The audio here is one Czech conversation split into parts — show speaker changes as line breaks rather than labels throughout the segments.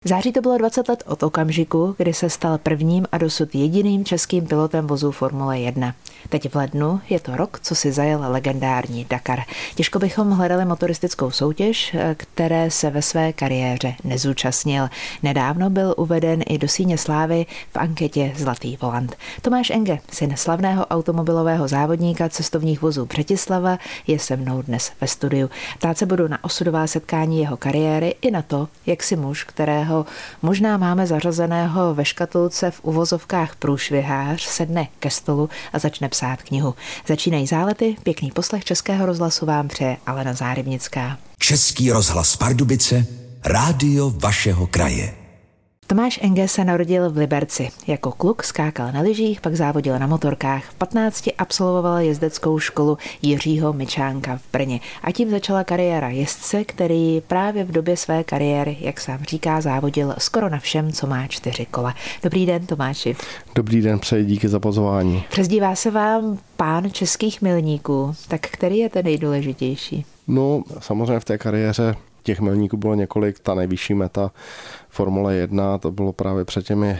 V září to bylo 20 let od okamžiku, kdy se stal prvním a dosud jediným českým pilotem vozů Formule 1. Teď v lednu je to rok, co si zajel legendární Dakar. Těžko bychom hledali motoristickou soutěž, které se ve své kariéře nezúčastnil. Nedávno byl uveden i do síně slávy v anketě Zlatý volant. Tomáš Enge, syn slavného automobilového závodníka cestovních vozů Břetislava, je se mnou dnes ve studiu. Ptát se budu na osudová setkání jeho kariéry i na to, jak si muž, kterého možná máme zařazeného ve škatulce v uvozovkách průšvihář, sedne ke stolu a začne psát knihu. Začínají zálety, pěkný poslech Českého rozhlasu vám přeje Alena Zárybnická.
Český rozhlas Pardubice, rádio vašeho kraje.
Tomáš Enge se narodil v Liberci. Jako kluk skákal na lyžích, pak závodil na motorkách. V 15 absolvoval jezdeckou školu Jiřího Mičánka v Brně. A tím začala kariéra jezdce, který právě v době své kariéry, jak sám říká, závodil skoro na všem, co má 4 kola. Dobrý den, Tomáši.
Dobrý den, přeji, díky za pozvání.
Přezdívá se vám pán českých milníků. Tak který je ten nejdůležitější?
No, samozřejmě v té kariéře těch milníků bylo několik. Ta nejvyšší meta Formule 1, to bylo právě před těmi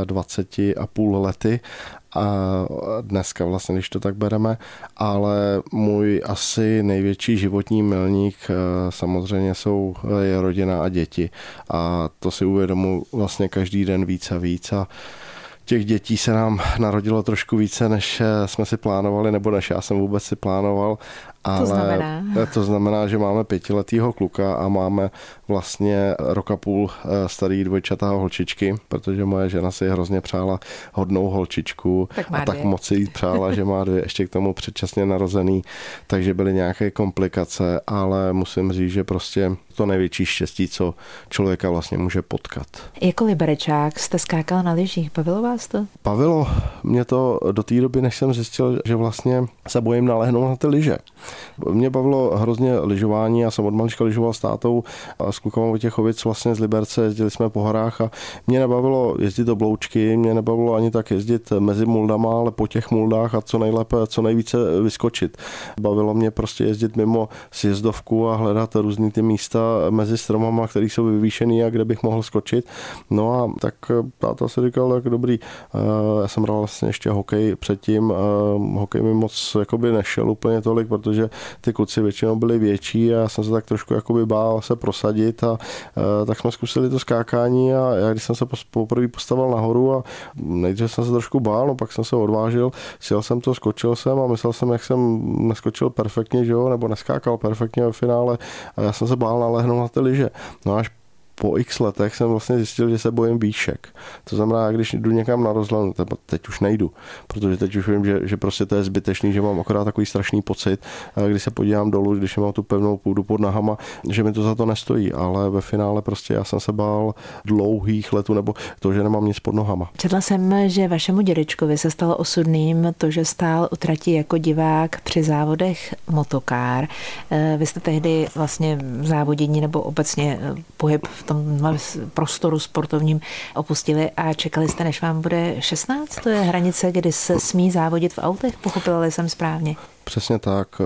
20,5 lety a dneska vlastně, když to tak bereme, ale můj asi největší životní milník samozřejmě je rodina a děti a to si uvědomuji vlastně každý den víc a víc a těch dětí se nám narodilo trošku více, než jsme si plánovali, nebo než já jsem vůbec si plánoval. Ale to znamená, že máme 5letýho kluka a máme vlastně rok a půl starý dvojčatá holčičky, protože moje žena si hrozně přála hodnou holčičku tak moc si jí přála, že má 2 ještě k tomu předčasně narozený, takže byly nějaké komplikace, ale musím říct, že prostě to největší štěstí, co člověka vlastně může potkat.
Jako liberečák jste skákal na lyžích, bavilo vás to? Bavilo
mě to do té doby, než jsem zjistil, že vlastně se bojím nalehnout na ty lyže. Mě bavilo hrozně lyžování, já jsem od malička lyžoval s tátou a s klukama Vojtěchovic vlastně z Liberce, jezdili jsme po horách a mě nebavilo jezdit do Bloučky, mě nebavilo ani tak jezdit mezi muldama, ale po těch muldách a co nejlépe, co nejvíce vyskočit. Bavilo mě prostě jezdit mimo sjezdovku a hledat různý ty místa mezi stromama, které jsou vyvýšený a kde bych mohl skočit. No a tak táta si říkal, tak dobrý, já jsem hrál vlastně ještě hokej předtím, hokej mi moc jakoby nešel úplně tolik, protože ty kluci většinou byli větší a já jsem se tak trošku jakoby bál se prosadit a tak jsme zkusili to skákání a já když jsem se poprvé postavil nahoru a nejdřív jsem se trošku bál, no pak jsem se odvážil, sjel jsem to, skočil jsem a myslel jsem, jak jsem neskočil perfektně, že jo, nebo neskákal perfektně ve finále a já jsem se bál nalehnout na ty lyže. No až po x letech jsem vlastně zjistil, že se bojím výšek. To znamená, když jdu někam na rozhlednu, teď už nejdu, protože teď už vím, že prostě to je zbytečný, že mám akorát takový strašný pocit, když se podívám dolů, když mám tu pevnou půdu pod nahama, že mi to za to nestojí, ale ve finále prostě já jsem se bál dlouhých letů nebo to, že nemám nic pod nohama.
Četla jsem, že vašemu dědečkovi se stalo osudným to, že stál u trati jako divák při závodech motokár. Vy jste tehdy vlastně závodění nebo obecně pohyb v tom prostoru sportovním opustili a čekali jste, než vám bude 16? To je hranice, kdy se smí závodit v autech, pochopila jsem správně.
Přesně tak.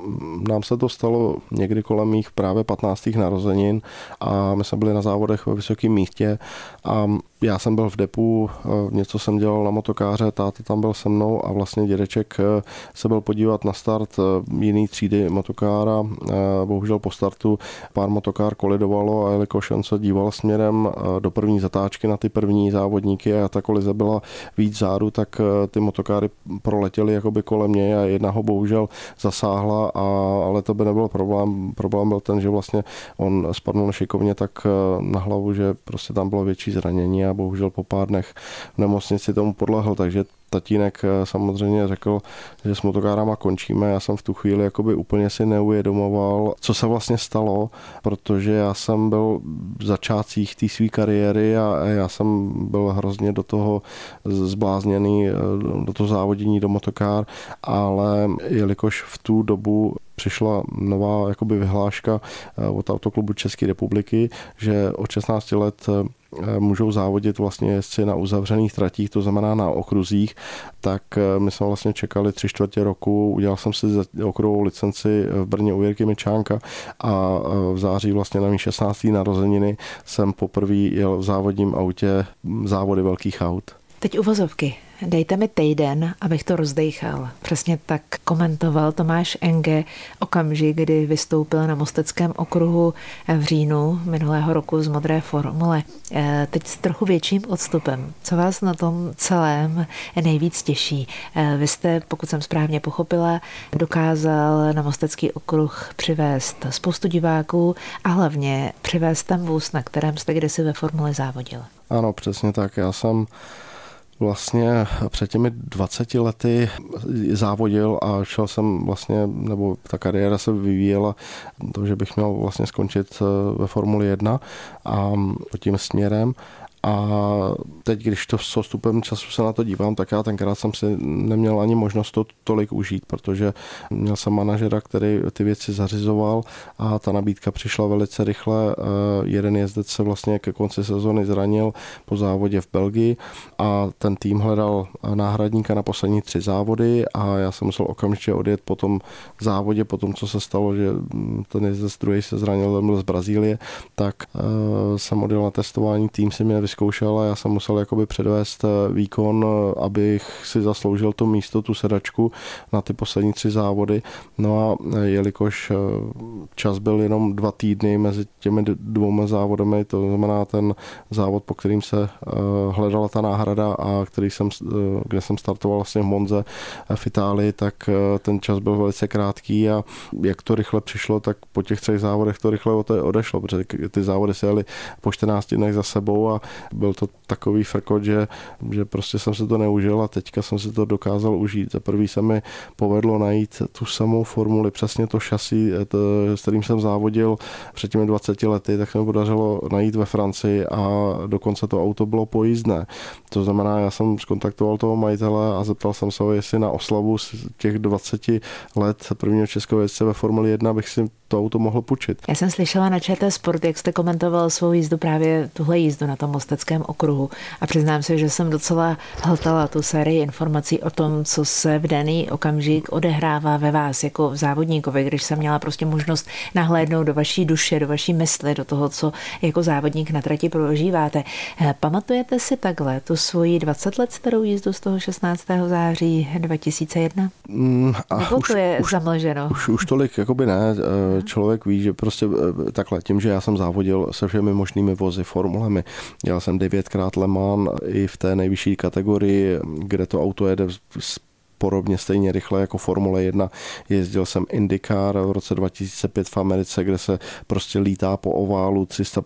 Nám se to stalo někdy kolem mých právě 15. narozenin a my jsme byli na závodech ve Vysokém Mýtě a já jsem byl v depu, něco jsem dělal na motokáře, táta tam byl se mnou a vlastně dědeček se byl podívat na start jiný třídy motokára. Bohužel po startu pár motokár kolidovalo a jelikož on se díval směrem do první zatáčky na ty první závodníky a ta kolize byla víc zádu, tak ty motokáry proletěly jakoby kolem něj a jedna ho bohužel zasáhla, ale to by nebyl problém. Problém byl ten, že vlastně on spadnul šikovně tak na hlavu, že prostě tam bylo větší zranění a bohužel po pár dnech v nemocnici tomu podlehl, takže tatínek samozřejmě řekl, že s motokárama končíme. Já jsem v tu chvíli jakoby úplně si neuvědomoval, co se vlastně stalo, protože já jsem byl v začátcích té své kariéry a já jsem byl hrozně do toho zblázněný, do toho závodění do motokár, ale jelikož v tu dobu přišla nová jakoby vyhláška od Autoklubu České republiky, že od 16 let můžou závodit vlastně jezdci na uzavřených tratích, to znamená na okruzích, tak my jsme vlastně čekali 3/4 roku, udělal jsem si okruhovou licenci v Brně u Jirky Mičánka a v září vlastně na mý 16. narozeniny jsem poprvé jel v závodním autě závody velkých aut.
Teď uvozovky. Dejte mi týden, abych to rozdejchal. Přesně tak komentoval Tomáš Enge okamžik, kdy vystoupil na Mosteckém okruhu v říjnu minulého roku z modré formule. Teď s trochu větším odstupem. Co vás na tom celém nejvíc těší? Vy jste, pokud jsem správně pochopila, dokázal na Mostecký okruh přivést spoustu diváků a hlavně přivést ten vůz, na kterém jste kdysi ve formuli závodil.
Ano, přesně tak. Já jsem vlastně před těmi 20 lety závodil a šel jsem vlastně, nebo ta kariéra se vyvíjela, to, že bych měl vlastně skončit ve Formuli 1 a tím směrem. A teď, když to s odstupem času se na to dívám, tak já tenkrát jsem si neměl ani možnost to tolik užít, protože měl jsem manažera, který ty věci zařizoval a ta nabídka přišla velice rychle. Jeden jezdec se vlastně ke konci sezony zranil po závodě v Belgii a ten tým hledal náhradníka na poslední 3 závody a já jsem musel okamžitě odjet po tom závodě, po tom, co se stalo, že ten jezdec druhý se zranil, ten byl z Brazílie, tak jsem odjel na testování, tým si mě vyzkoušel a já jsem musel jakoby předvést výkon, abych si zasloužil to místo, tu sedačku na ty poslední 3 závody. No a jelikož čas byl jenom 2 týdny mezi těmi 2 závodami, to znamená ten závod, po kterým se hledala ta náhrada a kde jsem startoval vlastně v Monze v Itálii, tak ten čas byl velice krátký a jak to rychle přišlo, tak po těch 3 závodech to rychle odešlo, protože ty závody se jeli po 14 dnech za sebou a byl to takový frkot, že prostě jsem se to neužil a teďka jsem si to dokázal užít. Za prvý se mi povedlo najít tu samou formuli, přesně to šasí, s kterým jsem závodil před těmi 20 lety, tak se mi podařilo najít ve Francii a dokonce to auto bylo pojízdné. To znamená, já jsem skontaktoval toho majitele a zeptal jsem se ho, jestli na oslavu z těch 20 let prvního českého jezdce ve Formuli 1 bych si to auto mohl půjčit.
Já jsem slyšela na ČT Sport, jak jste komentoval svou jízdu, právě tuhle jízdu na tom Mosteckém okruhu a přiznám se, že jsem docela hltala tu sérii informací o tom, co se v daný okamžik odehrává ve vás jako v závodníkovi, když jsem měla prostě možnost nahlédnout do vaší duše, do vaší mysli, do toho, co jako závodník na trati prožíváte. Pamatujete si takhle tu svoji 20 let starou jízdu z toho 16. září 2001? Nebo to je zamlženo?
Už tolik jakoby ne. Člověk ví, že prostě takhle, tím, že já jsem závodil se všemi možnými vozy, formulemi, dělal jsem 9krát Le Mans i v té nejvyšší kategorii, kde to auto jede podobně stejně rychle jako Formule 1. Jezdil jsem IndyCar v roce 2005 v Americe, kde se prostě lítá po oválu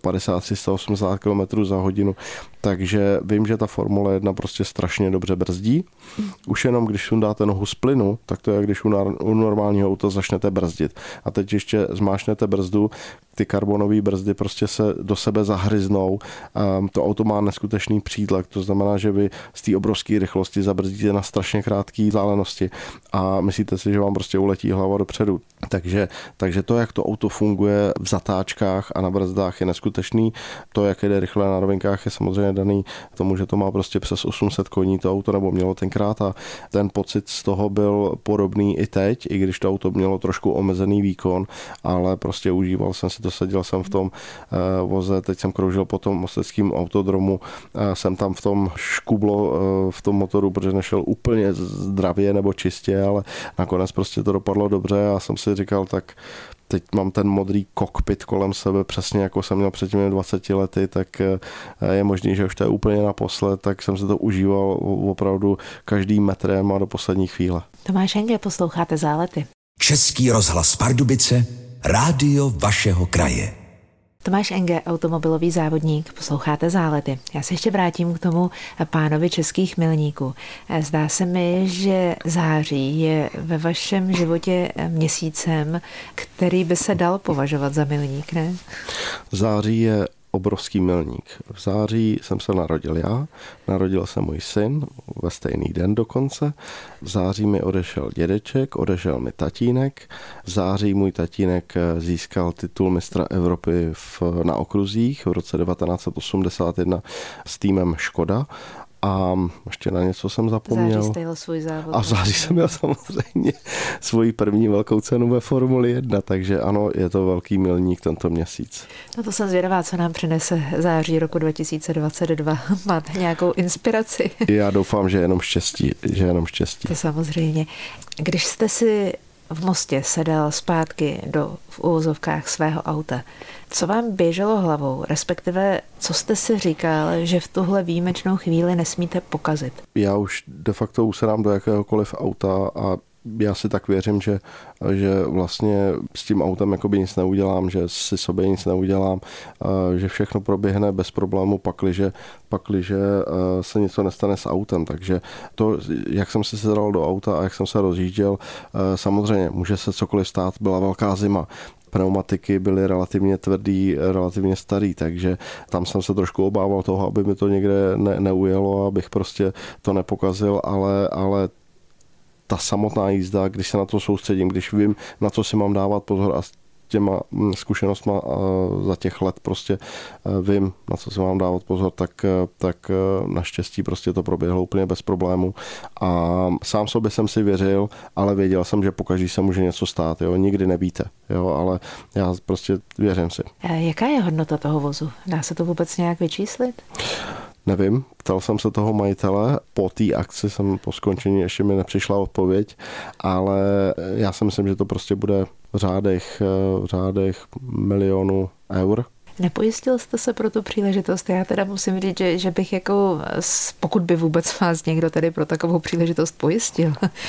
350-380 km za hodinu. Takže vím, že ta Formule 1 prostě strašně dobře brzdí. Už jenom když sundáte nohu z plynu, tak to je, když u normálního auta začnete brzdit. A teď ještě zmášnete brzdu, ty karbonové brzdy prostě se do sebe zahryznou. To auto má neskutečný přítlak, to znamená, že vy z té obrovské rychlosti zabrzdíte na strašně krátké vzdálenosti a myslíte si, že vám prostě uletí hlava dopředu. Takže to, jak to auto funguje v zatáčkách a na brzdách, je neskutečný. To, jak jde rychle na rovinkách, je samozřejmě daný tomu, že to má prostě přes 800 koní to auto, nebo mělo tenkrát a ten pocit z toho byl podobný i teď, i když to auto mělo trošku omezený výkon, ale prostě užíval jsem si to, seděl jsem v tom voze, teď jsem kroužil po tom mosteckém autodromu, jsem tam v tom škublo v tom motoru, protože nešel úplně zdravě nebo čistě, ale nakonec prostě to dopadlo dobře a jsem si říkal, tak teď mám ten modrý kokpit kolem sebe, přesně jako jsem měl před těmi 20 lety, tak je možný, že už to je úplně naposled, tak jsem se to užíval opravdu každým metrem a do poslední chvíle.
Tomáš Enge, posloucháte Zálety.
Český rozhlas Pardubice, rádio vašeho kraje.
Tomáš Enge, automobilový závodník, posloucháte Zálety. Já se ještě vrátím k tomu pánovi českých milníků. Zdá se mi, že září je ve vašem životě měsícem, který by se dal považovat za milník, ne?
Září je obrovský milník. V září jsem se narodil já, narodil se můj syn, ve stejný den dokonce. V září mi odešel dědeček, odešel mi tatínek. V září můj tatínek získal titul mistra Evropy na okruzích v roce 1981 s týmem Škoda. A ještě na něco jsem zapomněl.
V září jel svůj závod.
A v září jsem měl samozřejmě svoji první velkou cenu ve Formuli 1, takže ano, je to velký milník tento měsíc.
No to jsem zvědavá, co nám přinese září roku 2022. Máte nějakou inspiraci?
Já doufám, že jenom štěstí.
To samozřejmě. Když jste si v Mostě sedal zpátky v uvozovkách svého auta, co vám běželo hlavou, respektive co jste si říkal, že v tuhle výjimečnou chvíli nesmíte pokazit?
Já už de facto usedám do jakéhokoliv auta a já si tak věřím, že vlastně s tím autem jakoby nic neudělám, že si sobě nic neudělám, že všechno proběhne bez problému, pakliže se něco nestane s autem. Takže to, jak jsem si sedal do auta a jak jsem se rozjížděl, samozřejmě může se cokoliv stát, byla velká zima. Pneumatiky byly relativně tvrdý, relativně starý, takže tam jsem se trošku obával toho, aby mi to někde neujelo, abych prostě to nepokazil, ale ta samotná jízda, když se na to soustředím, když vím, na co si mám dávat pozor a s těma zkušenostma za těch let prostě vím, na co si mám dávat pozor, tak naštěstí prostě to proběhlo úplně bez problému a sám sobě jsem si věřil, ale věděl jsem, že pokaždé se může něco stát, jo, nikdy nevíte, jo, ale já prostě věřím si.
Jaká je hodnota toho vozu? Dá se to vůbec nějak vyčíslit?
Nevím, ptal jsem se toho majitele, po té akci po skončení ještě mi nepřišla odpověď, ale já si myslím, že to prostě bude v řádech milionů eur.
Nepojistil jste se pro tu příležitost? Já teda musím říct, že bych jako, pokud by vůbec vás někdo tady pro takovou příležitost pojistil.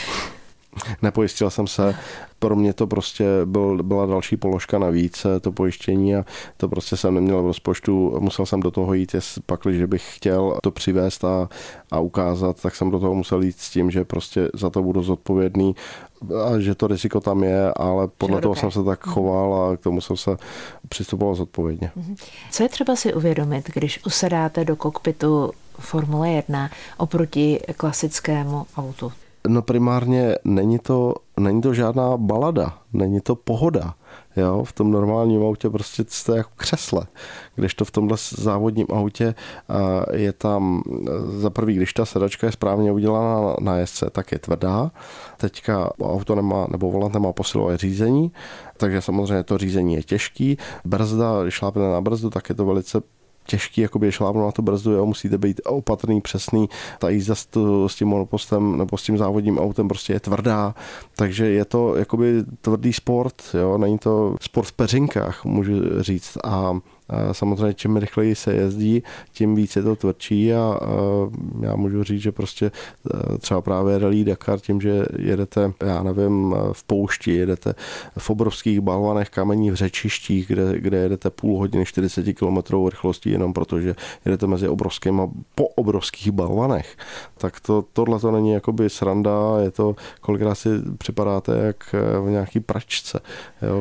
Nepojistil jsem se, pro mě to prostě byla další položka navíc, to pojištění a to prostě jsem neměl v rozpočtu, musel jsem do toho jít, pakliže bych chtěl to přivést a ukázat, tak jsem do toho musel jít s tím, že prostě za to budu zodpovědný a že to riziko tam je, ale podle toho jsem se tak choval a k tomu jsem se přistupoval zodpovědně.
Co je třeba si uvědomit, když usedáte do kokpitu Formule 1 oproti klasickému autu?
No primárně není to žádná balada, není to pohoda. Jo? V tom normálním autě prostě jste jako křesle. Kdežto v tomhle závodním autě je tam, za prvý, když ta sedačka je správně udělaná na jezdce, tak je tvrdá. Teďka auto nemá, nebo volant nemá posilové řízení, takže samozřejmě to řízení je těžký. Brzda, když šlápnete na brzdu, tak je to velice těžký, jakoby šlápnout na tu brzdu, jo, musíte být opatrný, přesný. Ta jízda s tím monopostem nebo s tím závodním autem prostě je tvrdá, takže je to jakoby tvrdý sport, jo, není to sport v peřinkách, můžu říct. A samozřejmě čím rychleji se jezdí, tím víc je to tvrdší a já můžu říct, že prostě třeba právě Rallye Dakar tím, že jedete, já nevím, v poušti, jedete v obrovských balvanech, kamenních řečištích, kde jedete půl hodiny 40 km rychlostí jenom protože jedete mezi po obrovských balvanech, tak tohle to není jakoby sranda, je to, kolikrát si připadáte jak v nějaký pračce, jo,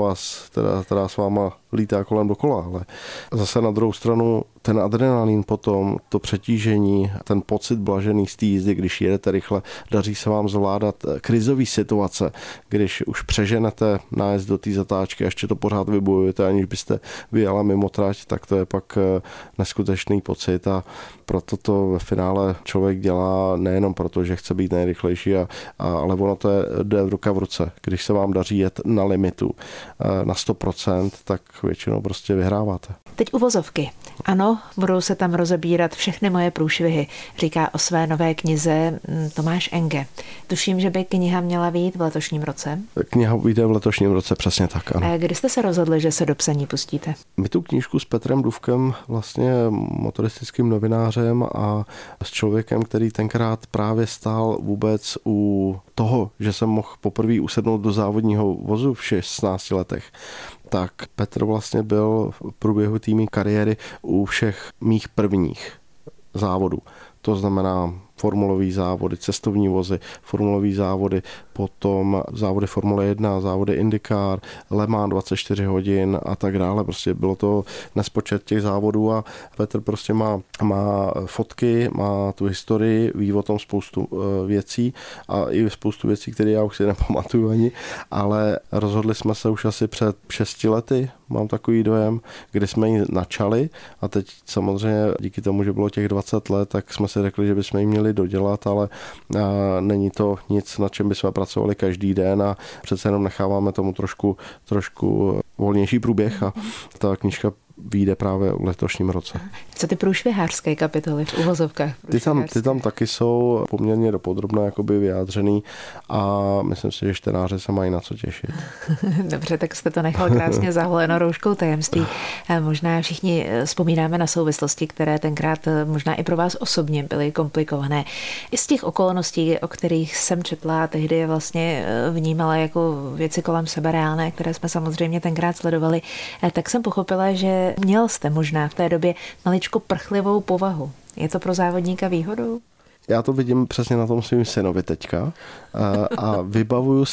která s váma lítá kolem dokola, ale zase na druhou stranu ten adrenalin potom, to přetížení, ten pocit blažený z té jízdy, když jedete rychle, daří se vám zvládat krizové situace, když už přeženete nájezd do té zatáčky a ještě to pořád vybojujete, aniž byste vyjela mimo trať, tak to je pak neskutečný pocit a proto to ve finále člověk dělá nejenom proto, že chce být nejrychlejší, ale ono to jde ruka v ruce. Když se vám daří jet na limitu na 100%, tak většinou prostě vyhráváte.
Teď uvozovky. Ano, budou se tam rozebírat všechny moje průšvihy, říká o své nové knize Tomáš Enge. Tuším, že by kniha měla vyjít v letošním roce.
Kniha vyjde v letošním roce, přesně tak, ano.
Kdy jste se rozhodli, že se do psaní pustíte?
My tu knížku s Petrem Dufkem, vlastně motoristickým novinářem a s člověkem, který tenkrát právě stál vůbec u toho, že jsem mohl poprvé usednout do závodního vozu v 16 letech, tak Petr vlastně byl v průběhu týmí kariéry u všech mých prvních závodů. To znamená formulové závody, cestovní vozy, formulové závody, potom závody Formule 1, závody IndyCar, Le Mans 24 hodin a tak dále. Prostě bylo to nespočet těch závodů a Petr prostě má fotky, má tu historii, ví o tom spoustu věcí a i spoustu věcí, které já už si nepamatuju ani, ale rozhodli jsme se už asi před 6 lety, mám takový dojem, kdy jsme ji načali a teď samozřejmě díky tomu, že bylo těch 20 let, tak jsme si řekli, že bychom ji měli dodělat, ale není to nic, na čem bychom pracovali každý den a přece jenom necháváme tomu trošku volnější průběh a ta knížka vyjde právě v letošním roce.
Co ty průšvihářské kapitoly v uvozovkách?
Ty tam taky jsou poměrně dopodrobně jakoby vyjádřený a myslím si, že čtenáři se mají na co těšit.
Dobře, tak jste to nechal krásně zaholeno rouškou tajemství. Možná všichni vzpomínáme na souvislosti, které tenkrát možná i pro vás osobně byly komplikované. I z těch okolností, o kterých jsem četla, tehdy je vlastně vnímala jako věci kolem sebe reálné, které jsme samozřejmě tenkrát sledovali, tak jsem pochopila, že měl jste možná v té době maličko prchlivou povahu. Je to pro závodníka výhodou?
Já to vidím přesně na tom svým synovi teďka a vybavuju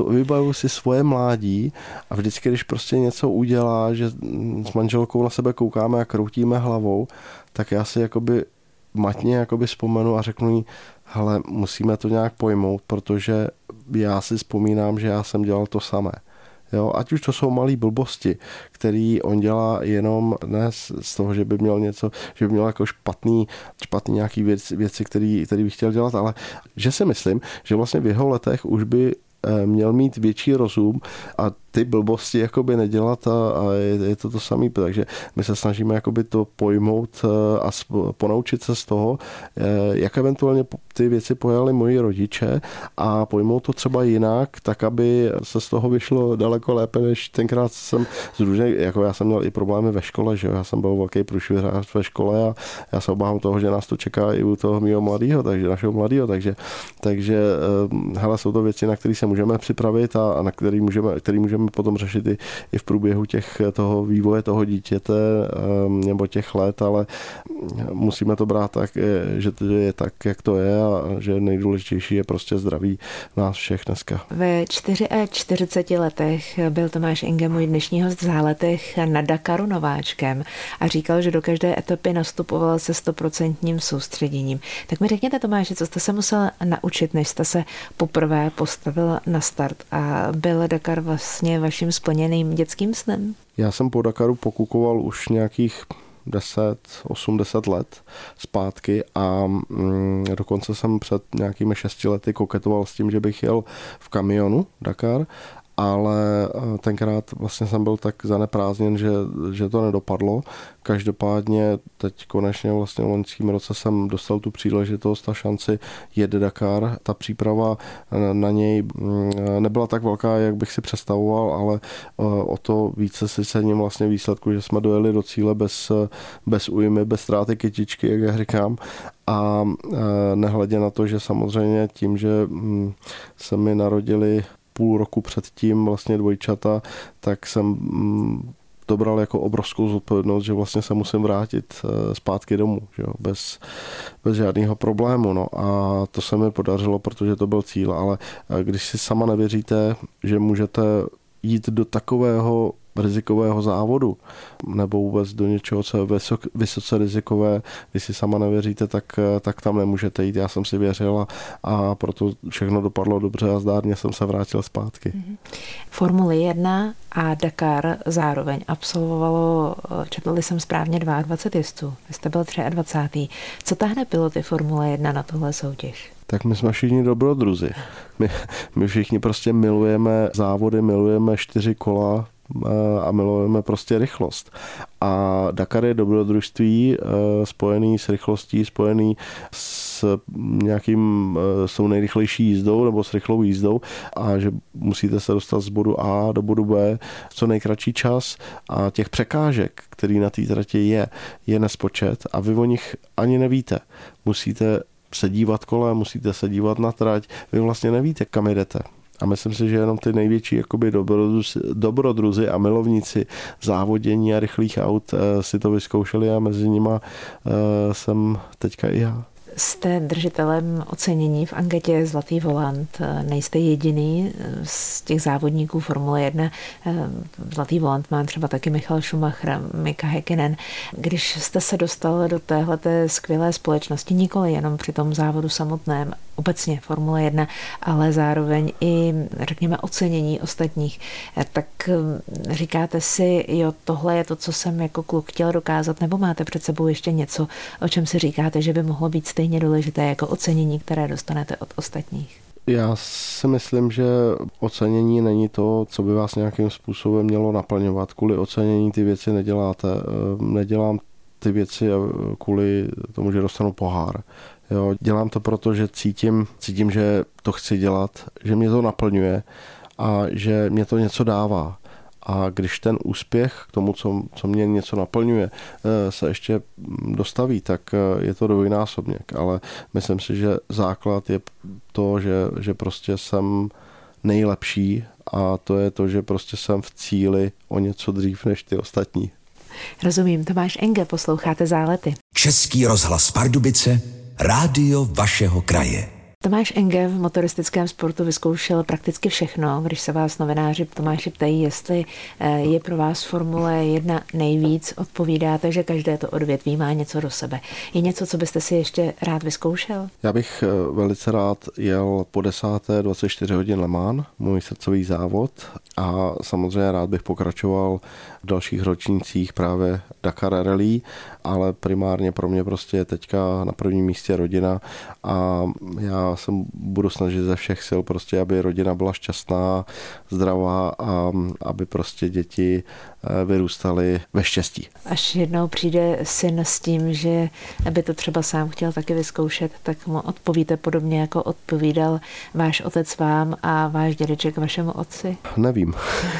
si svoje mládí a vždycky, když prostě něco udělá, že s manželkou na sebe koukáme a kroutíme hlavou, tak já si jakoby matně vzpomenu a řeknu jí, hele, musíme to nějak pojmout, protože já si vzpomínám, že já jsem dělal to samé. Jo, ať už to jsou malé blbosti, který on dělá jenom ne z toho, že by měl něco, že by měl jako špatný nějaký věci, který by chtěl dělat, ale že si myslím, že vlastně v jeho letech už by měl mít větší rozum a ty blbosti jakoby nedělat a je to samé, takže my se snažíme jakoby to pojmout a ponaučit se z toho, jak eventuálně ty věci pojali moji rodiče a pojmout to třeba jinak, tak aby se z toho vyšlo daleko lépe, než tenkrát jsem jako já jsem měl i problémy ve škole, že jo, já jsem byl velký průšvihář ve škole a já se obávám toho, že nás to čeká i u toho mýho našeho mladého, takže hele, jsou to věci, na které se můžeme připravit a na který můžeme potom řešit i v průběhu toho vývoje toho dítěte nebo těch let, ale musíme to brát tak, že to je tak, jak to je a že nejdůležitější je prostě zdraví nás všech dneska.
Ve 44 letech byl Tomáš Inge můj dnešní host v Záletech na Dakaru nováčkem a říkal, že do každé etapy nastupoval se 100% soustředěním. Tak mi řekněte, Tomáši, co jste se musel naučit, než jste se poprvé postavil na start a byl Dakar vlastně vaším splněným dětským snem?
Já jsem po Dakaru pokukoval už nějakých 10-80 let zpátky a dokonce jsem před nějakými 6 lety koketoval s tím, že bych jel v kamionu Dakar, ale tenkrát vlastně jsem byl tak zaneprázdněn, že to nedopadlo. Každopádně teď konečně vlastně v loňském roce jsem dostal tu příležitost a šanci jet Dakar. Ta příprava na něj nebyla tak velká, jak bych si představoval, ale o to více si cením vlastně výsledku, že jsme dojeli do cíle bez újmy, bez ztráty kytičky, jak já říkám. A nehledě na to, že samozřejmě tím, že se mi narodili půl roku předtím vlastně dvojčata, tak jsem to bral jako obrovskou zodpovědnost, že vlastně se musím vrátit zpátky domů, že jo, bez žádného problému. No. A to se mi podařilo, protože to byl cíl, ale když si sama nevěříte, že můžete jít do takového rizikového závodu nebo vůbec do něčeho, co je vysoce rizikové, když si sama nevěříte, tak tam nemůžete jít. Já jsem si věřil a proto všechno dopadlo dobře a zdárně jsem se vrátil zpátky.
Formule 1 a Dakar zároveň absolvovalo, četl jsem správně, 22 jezdců. Vy jste byl 23. Co táhne piloty Formule 1 na tohle soutěž?
Tak my jsme všichni dobrodruzi. My všichni prostě milujeme závody, milujeme 4 kola a milujeme prostě rychlost. A Dakar je dobrodružství spojený s rychlostí, spojený s tou nejrychlejší jízdou nebo s rychlou jízdou a že musíte se dostat z bodu A do bodu B v co nejkratší čas a těch překážek, který na té trati je nespočet a vy o nich ani nevíte. Musíte se dívat kolem, musíte se dívat na trať, vy vlastně nevíte, kam jdete. A myslím si, že jenom ty největší jakoby dobrodruzi a milovníci závodění a rychlých aut si to vyzkoušeli a mezi nima jsem teďka i já.
Jste držitelem ocenění v anketě Zlatý volant. Nejste jediný z těch závodníků Formule 1. Zlatý volant má třeba taky Michael Schumacher, Mika Häkkinen. Když jste se dostal do téhleté skvělé společnosti, nikoli jenom při tom závodu samotném, obecně Formule 1, ale zároveň i, řekněme, ocenění ostatních, tak říkáte si, jo, tohle je to, co jsem jako kluk chtěl dokázat, nebo máte před sebou ještě něco, o čem si říkáte, že by mohlo být stejně důležité jako ocenění, které dostanete od ostatních?
Já si myslím, že ocenění není to, co by vás nějakým způsobem mělo naplňovat. Kvůli ocenění ty věci neděláte. Nedělám ty věci kvůli tomu, že dostanu pohár. Jo, dělám to proto, že cítím, že to chci dělat, že mě to naplňuje a že mě to něco dává. A když ten úspěch k tomu, co mě něco naplňuje, se ještě dostaví, tak je to dvojnásobněk. Ale myslím si, že základ je to, že prostě jsem nejlepší a to je to, že prostě jsem v cíli o něco dřív než ty ostatní.
Rozumím. Tomáš Enge, posloucháte Zálety.
Český rozhlas Pardubice, rádio vašeho kraje.
Tomáš Enge v motoristickém sportu vyzkoušel prakticky všechno. Když se vás novináři Tomáši ptají, jestli je pro vás Formule 1 nejvíc, odpovídáte, že každé to odvětví má něco do sebe. Je něco, co byste si ještě rád vyzkoušel?
Já bych velice rád jel po 10. 24 hodin Le Mans, můj srdcový závod, a samozřejmě rád bych pokračoval v dalších ročnících právě Dakar Rally, ale primárně pro mě prostě je teďka na prvním místě rodina a já se budu snažit ze všech sil prostě, aby rodina byla šťastná, zdravá a aby prostě děti vyrůstaly ve štěstí.
Až jednou přijde syn s tím, že by to třeba sám chtěl taky vyzkoušet, tak mu odpovíte podobně, jako odpovídal váš otec vám a váš dědeček vašemu otci?
Nevím.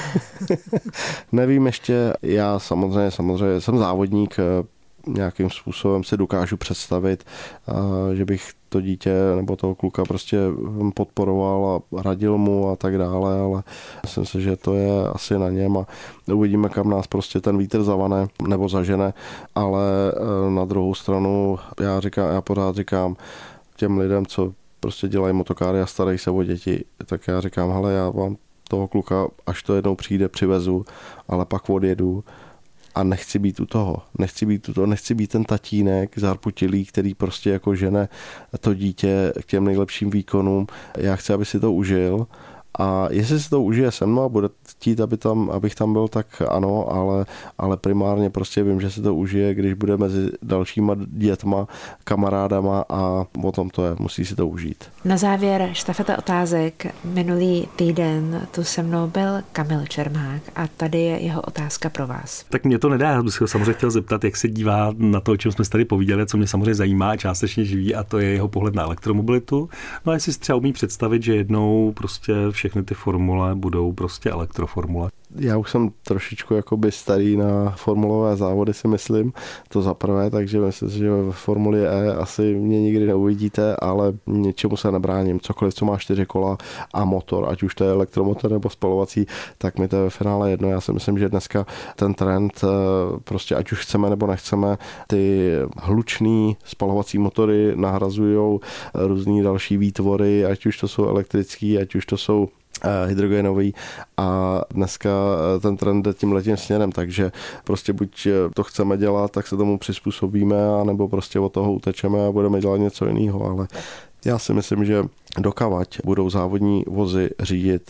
Nevím ještě. Já samozřejmě jsem závodník, nějakým způsobem si dokážu představit, že bych to dítě nebo toho kluka prostě podporoval a radil mu a tak dále, ale myslím si, že to je asi na něm a uvidíme, kam nás prostě ten vítr zavane nebo zažene, ale na druhou stranu já pořád říkám těm lidem, co prostě dělají motokáry a starají se o děti, tak já říkám, hele, já vám toho kluka, až to jednou přijde, přivezu, ale pak odjedu a nechci být u toho. Nechci být ten tatínek zarputilý, který prostě jako žene to dítě k těm nejlepším výkonům. Já chci, aby si to užil. A jestli si to užije se mnou a bude chtít, abych tam byl, tak ano, ale primárně prostě vím, že si to užije, když bude mezi dalšíma dětma, kamarádama a o tom to je, musí si to užít.
Na závěr štafeta otázek. Minulý týden tu se mnou byl Kamil Čermák a tady je jeho otázka pro vás.
Tak mě to nedá, já bych se ho samozřejmě chtěl zeptat, jak se dívá na to, o čem jsme tady povídali, co mě samozřejmě zajímá a částečně živí, a to je jeho pohled na elektromobilitu. No a jestli si třeba umí představit, že jednou prostě všechny ty formule budou prostě elektroformule.
Já už jsem trošičku jakoby starý na formulové závody, si myslím, to za prvé, takže myslím, že v Formuli E asi mě nikdy neuvidíte, ale ničemu se nebráním. Cokoliv, co má 4 kola a motor, ať už to je elektromotor nebo spalovací, tak mi to je ve finále jedno. Já si myslím, že dneska ten trend, prostě ať už chceme nebo nechceme, ty hlučný spalovací motory nahrazujou různý další výtvory, ať už to jsou elektrický, ať už to jsou hydrogenový, a dneska ten trend jde tímhletím směrem, takže prostě buď to chceme dělat, tak se tomu přizpůsobíme, anebo prostě od toho utečeme a budeme dělat něco jiného, ale já si myslím, že dokavať budou závodní vozy řídit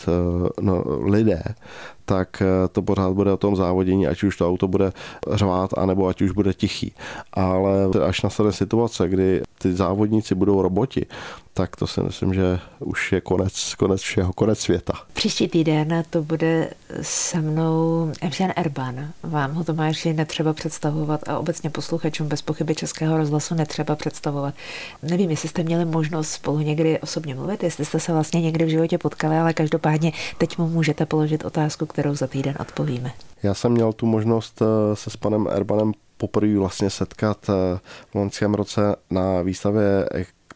lidé, tak to pořád bude o tom závodění, ať už to auto bude řvát, anebo ať už bude tichý. Ale až nastane situace, kdy ty závodníci budou roboti, tak to si myslím, že už je konec všeho, konec světa.
Příští týden to bude se mnou Evžen Erban. Vám ho, Tomáši, netřeba představovat a obecně posluchačům bez pochyby Českého rozhlasu netřeba představovat. Nevím, jestli jste měli možnost spolu někdy osobně mluvit, jestli jste se vlastně někdy v životě potkali, ale každopádně teď mu můžete položit otázku, kterou za týden odpovíme. Já
jsem měl tu možnost se s panem Erbanem poprvé vlastně setkat v loňském roce na výstavě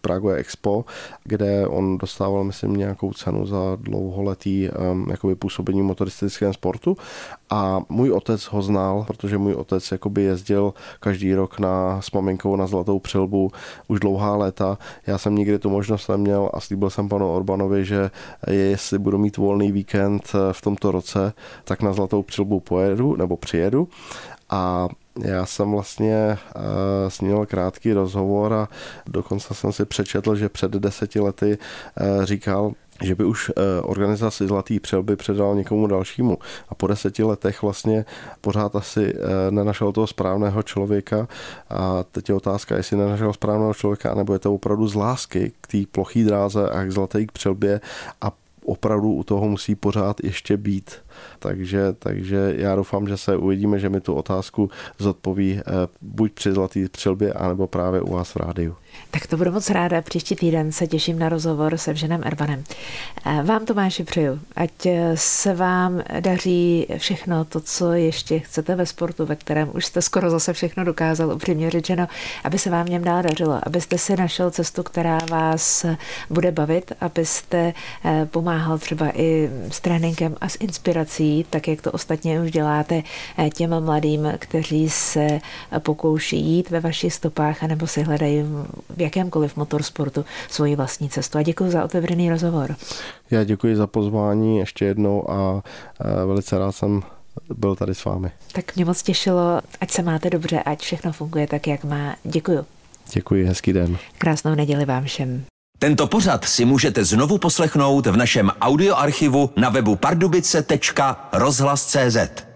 Prague Expo, kde on dostával, myslím, nějakou cenu za dlouholetý jakoby působení v motoristickém sportu. A můj otec ho znal, protože můj otec jakoby jezdil každý rok s maminkou na Zlatou přilbu už dlouhá léta. Já jsem nikdy tu možnost neměl a slíbil jsem panu Orbanovi, že jestli budu mít volný víkend v tomto roce, tak na Zlatou přilbu přijedu. A já jsem vlastně s ním měl krátký rozhovor a dokonce jsem si přečetl, že před 10 lety říkal, že by už organizaci Zlatý přilby předal někomu dalšímu. A po 10 letech vlastně pořád asi nenašel toho správného člověka. A teď je otázka, jestli nenašel správného člověka, nebo je to opravdu z lásky k té plochý dráze a k Zlaté přilbě a opravdu u toho musí pořád ještě být. Takže já doufám, že se uvidíme, že mi tu otázku zodpoví buď při Zlatý přilbě, anebo právě u vás v rádiu.
Tak to budu moc ráda. Příští týden se těším na rozhovor se Evženem Erbanem. Vám, Tomáši, přeju, ať se vám daří všechno to, co ještě chcete ve sportu, ve kterém už jste skoro zase všechno dokázal, upřímně řečeno, aby se vám v něm dál dařilo, abyste si našel cestu, která vás bude bavit, abyste pomáhal třeba i s tréninkem a s inspirací, tak jak to ostatně už děláte těm mladým, kteří se pokouší jít ve vašich stopách anebo si hledají v jakémkoliv motorsportu svoji vlastní cestu. A děkuji za otevřený rozhovor.
Já děkuji za pozvání ještě jednou a velice rád jsem byl tady s vámi.
Tak mě moc těšilo, ať se máte dobře, ať všechno funguje tak, jak má. Děkuji.
Děkuji, hezký den.
Krásnou neděli vám všem.
Tento pořad si můžete znovu poslechnout v našem audioarchivu na webu pardubice.rozhlas.cz.